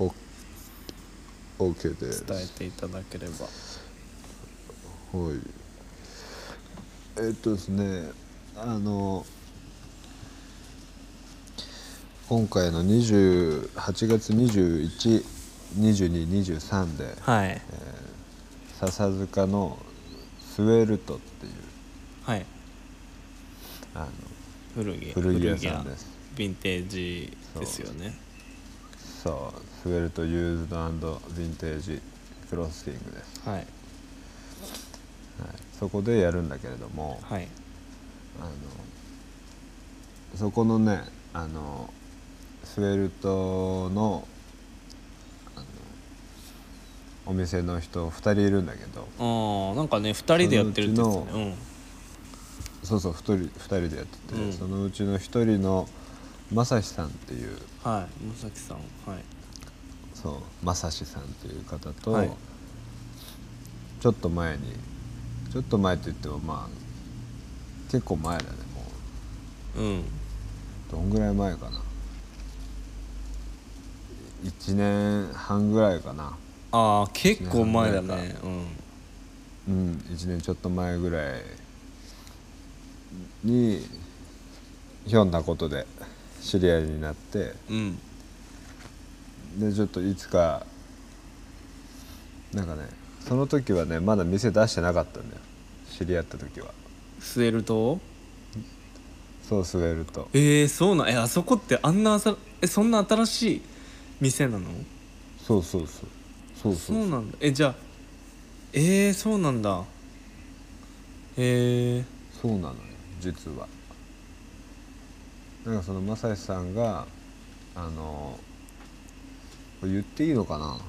伝えていただければ。 はい、えー、っとですねあの今回のにじゅうはちがつにじゅういち、にじゅうに、にじゅうさんで、はいえー、笹塚のスウェルトっていう、はい、あの古着古着屋さんです。ヴィンテージですよね。 そうスウェルトユーズド&ヴィンテージクロスティングです。はいはい、そこでやるんだけれども、はい、あのそこのねあのスウェルト の, あのお店の人ふたりいるんだけど、 あなんかねふたりでやってるって言ってたね。 そうそうふたりでやってて、うん、そのうちのひとりのまさしさんっていう、 はいまさきさん、はいそうまさしさんっていう方と、 はい、 ちょっと前にちょっと前って言ってもまあ結構前だねもう、 うん、 どんぐらい前かな、いちねんはんぐらいかな。 ああ結構前だね。 うん、いちねんちょっと前ぐらいにひょんなことで知り合いになって、 うん、 でちょっといつかなんかね、その時はねまだ店出してなかったんだよ、知り合った時は。 スエル島。 そうスウェルト。 えー、そうなんえあそこってあんなさえそんな新しい店なの？ そうそうそうそうそうそうなんだ。えじゃあえー、そうなんだ。へえそうなのよ実は。なんかその正志さんがあのこれ言っていいのかな、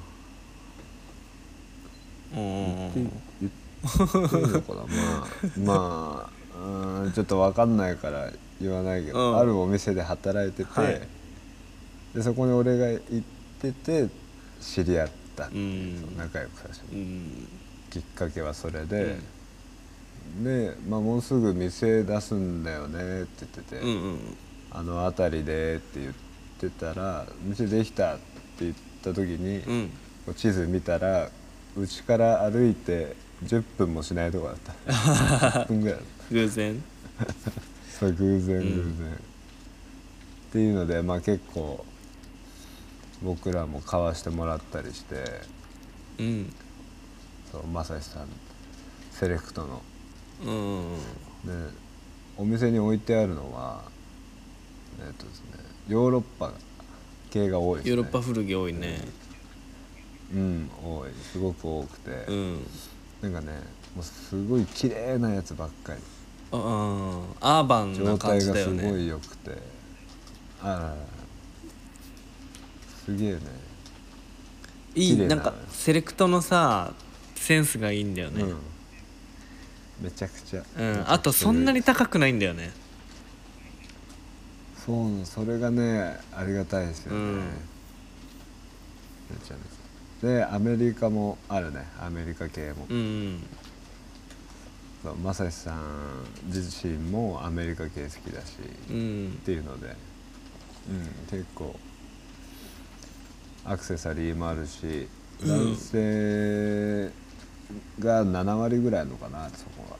うんうん言って言っていいのかなまあまあうんちょっと分かんないから言わないけど、 うんあるお店で働いてて、 はい、 でそこに俺が行ってて知り合ったっていう、 うんその仲良くさせて、 うん、 きっかけはそれで、うん、で、まあ、もうすぐ店出すんだよねって言ってて、 うんうんあの辺りでって言ってたら店できたって言った時に、 うん、 こう地図見たらうちから歩いてじゅっぷんもしないとこだったじゅっぷんぐらいだった偶然そう偶然偶然、 うん、 っていうのでまあ結構僕らも買わしてもらったりして、 うん、 そう正志さんセレクトの、 うんうんでお店に置いてあるのはえっとですねヨーロッパ系が多いですね。 ヨーロッパ古着多いね。 うん、多いすごく多くて、 うん、 なんかねもうすごい綺麗なやつばっかり、 ああアーバンな状感じだよ態がすごいね。 良くて、あららすげえねいいなんか綺麗なのよ。 セレクトのさセンスがいいんだよね。 うん、めちゃくちゃ、 うん、 めちゃくちゃあとそんなに高くないんだよね。 そうそれがねありがたいですよね、 うんめちゃめちゃでアメリカもあるね、アメリカ系も、 うん、 そう正志さん自身もアメリカ系好きだし、 うん、 っていうので、うん、結構アクセサリーもあるし、 うん、 男性がなな割ぐらいのかなそこは。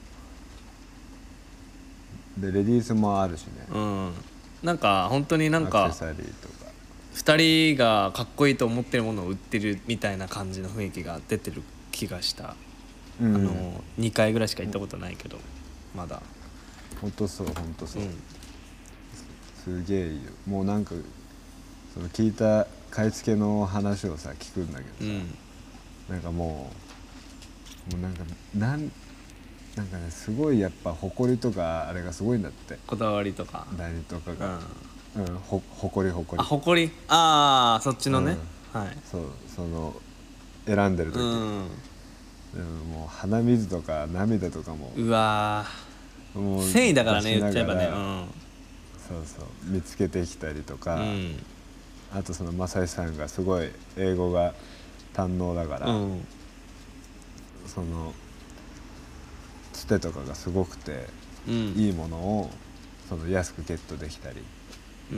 でレディースもあるしね、 うん、なんか本当になんアかクセサリーとか。 ふたりがかっこいいと思ってるものを売ってるみたいな感じの雰囲気が出てる気がした。 うん、 あのにかいぐらいしか行ったことないけどまだ。 ほんとそうほんとそう、 うん、 すげえいいよ。もうなんかその聞いた買い付けの話をさ聞くんだけどさ、 うん、 なんかもうもうなんかなんなんかねすごいやっぱ誇りとかあれがすごいんだって、 こだわりとか。 ダニとかうん、 が、うん、ほ誇り誇あり誇りああそっちのね、 うん、 はい。 そうその選んでる時、 ううん、 ん、 もう鼻水とか涙とかもうわもう繊維だからね出しな言っちゃえばね。 がらそうそう見つけてきたりとうか、 ん、 あとその正志さんがすごい英語が堪能だから、 うん、 そのつてとかがすごくて、 うん、 いいものをその安くゲットできたりうん、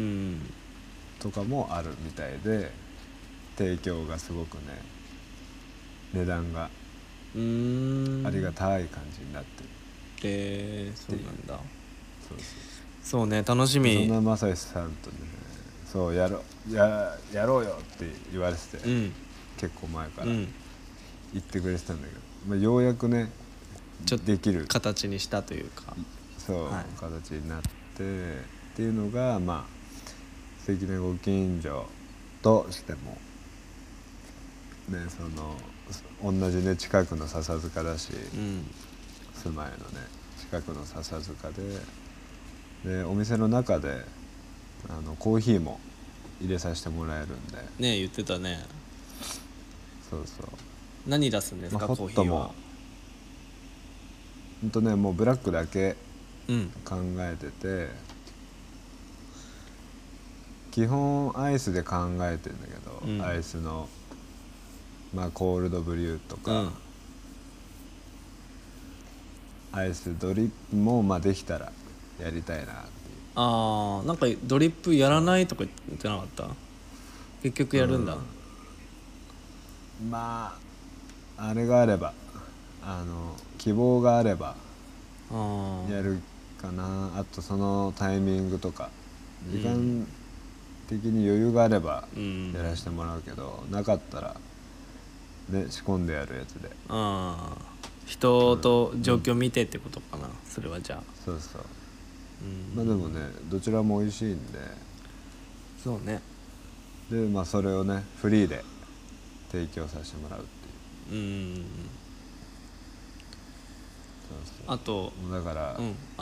とかもあるみたいで、提供がすごくね値段がうーんありがたい感じになってる。 えー、そうなんだ。 そうそうそうね楽しみ。 そんな正志さんとねそうやろややろうよって言われてて、 うん、 結構前からうん、 言ってくれてたんだけど、まあ、ようやくねちょっとできる形にしたというか。 そう、 はい、 形になってっていうのがまあ素敵なご近所としてもね、その同じね近くの笹塚だし、 うん、 住まいのね近くの笹塚ででお店の中であのコーヒーも入れさせてもらえるんで。 ね言ってたね。 そうそう、 何出すんですか、 まあ、ホットコーヒーは。 もほんとねもうブラックだけうん、 考えてて、 基本アイスで考えてんだけど、うん、アイスのまあコールドブリューとか、うん、アイスドリップもまあできたらやりたいなっていう。 あー、なんかドリップやらないとか言ってなかった？結局やるんだ、 うん、まああれがあれば、あの希望があればやるかな。あとそのタイミングとか時間的に余裕があればやらせてもらうけど、うん、なかったらね仕込んでやるやつで。 ああ、人と状況見てってことかな、うん、それはじゃあ。 そうそう、うん、まあでもねどちらも美味しいんで。 そうね。 でまあそれをねフリーで提供させてもらうっていう。うん。そうそう。あとだから、 うん、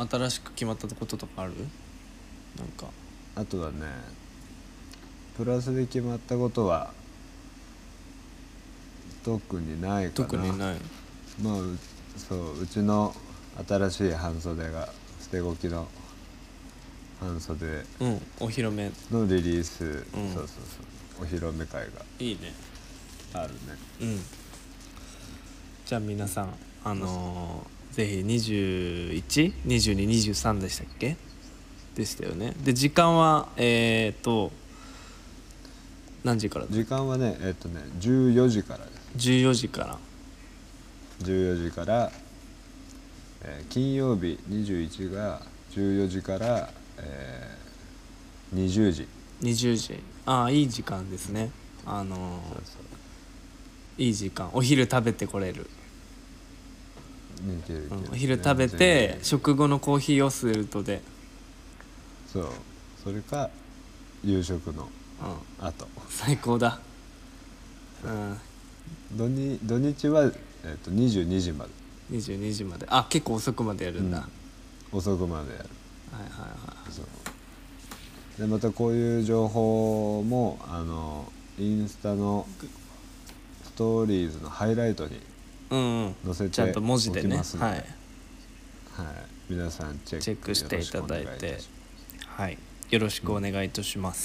新しく決まったこととかある？なんかあとはねプラスで決まったことは特にないかな。 特にない。 まあそううちの新しい半袖が捨て置きの半袖、 うん、お披露目のリリース、うん、そうそうそうお披露目会がいいねあるね。 うん。じゃあ皆さんあのー、ぜひにじゅういち、にじゅうに、にじゅうさんでしたっけ？でしたよね。で時間はえっ、ー、と何時から？ 時間はねえっ、ー、とねじゅうよじからです。 じゅうよじからじゅうよじから、えー、金曜日にじゅういちがじゅうよじから、えー、にじゅうじにじゅうじ。ああいい時間ですね。あのー、そうそういい時間。お昼食べてこれる、うん、お昼食べて食後のコーヒーをスエルトで。 そうそれか夕食のあと、うん、 最高だ、うん、 土, に土日は、えー、とにじゅうにじまでにじゅうにじまで。あ結構遅くまでやるんだ、 うん、遅くまでやる。 はいはいはい。 そうでまたこういう情報もあのインスタのストーリーズのハイライトに載せておきますので、うんうん、ちゃんと文字でね、はい、はい、皆さんチェック、 チェックしていただいて、はい、よろしくお願いいたします、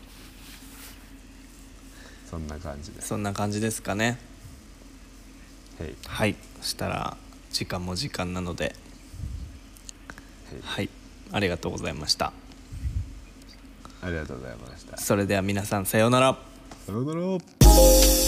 うん、そんな感じです。 そんな感じですかね。 はい、 はい、そしたら時間も時間なので、はい、ありがとうございました。 ありがとうございました。 それでは皆さんさようなら。 さようなら。